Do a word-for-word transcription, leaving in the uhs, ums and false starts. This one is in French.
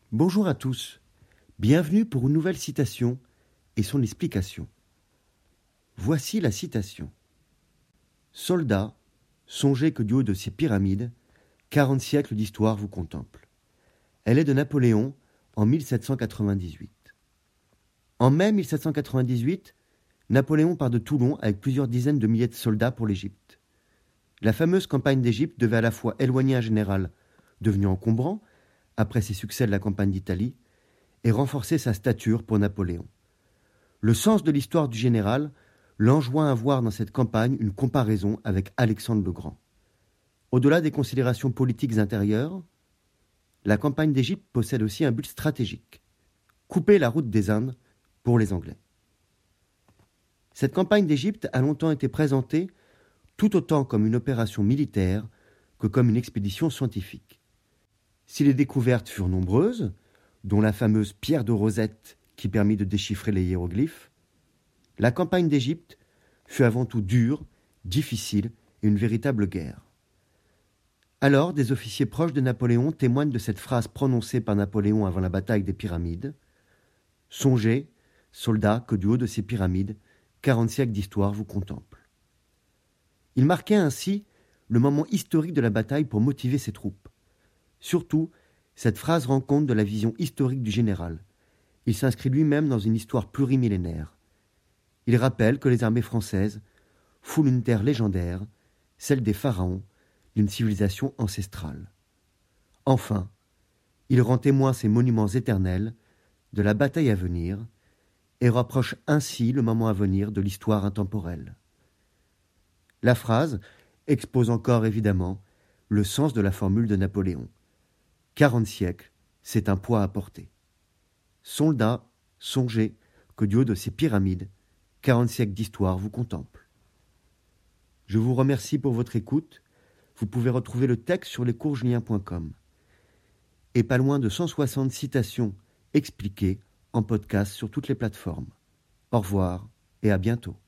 Bonjour à tous, bienvenue pour une nouvelle citation et son explication. Voici la citation. Soldats, songez que du haut de ces pyramides, quarante siècles d'histoire vous contemplent. Elle est de Napoléon en mille sept cent quatre-vingt-dix-huit. En mai mille sept cent quatre-vingt-dix-huit, Napoléon part de Toulon avec plusieurs dizaines de milliers de soldats pour l'Égypte. La fameuse campagne d'Égypte devait à la fois éloigner un général devenu encombrant, après ses succès de la campagne d'Italie, et renforcer sa stature pour Napoléon. Le sens de l'histoire du général l'enjoint à voir dans cette campagne une comparaison avec Alexandre le Grand. Au-delà des considérations politiques intérieures, la campagne d'Égypte possède aussi un but stratégique, couper la route des Indes pour les Anglais. Cette campagne d'Égypte a longtemps été présentée tout autant comme une opération militaire que comme une expédition scientifique. Si les découvertes furent nombreuses, dont la fameuse pierre de Rosette qui permit de déchiffrer les hiéroglyphes, la campagne d'Égypte fut avant tout dure, difficile et une véritable guerre. Alors, des officiers proches de Napoléon témoignent de cette phrase prononcée par Napoléon avant la bataille des Pyramides. « Songez, soldats, que du haut de ces pyramides, quarante siècles d'histoire vous contemplent. » Il marquait ainsi le moment historique de la bataille pour motiver ses troupes. Surtout, cette phrase rend compte de la vision historique du général. Il s'inscrit lui-même dans une histoire plurimillénaire. Il rappelle que les armées françaises foulent une terre légendaire, celle des pharaons, d'une civilisation ancestrale. Enfin, il rend témoin ces monuments éternels de la bataille à venir et rapproche ainsi le moment à venir de l'histoire intemporelle. La phrase expose encore évidemment le sens de la formule de Napoléon. Quarante siècles, c'est un poids à porter. Soldats, songez que du haut de ces pyramides, quarante siècles d'histoire vous contemplent. Je vous remercie pour votre écoute. Vous pouvez retrouver le texte sur lescoursjulien point com. Et pas loin de cent soixante citations expliquées en podcast sur toutes les plateformes. Au revoir et à bientôt.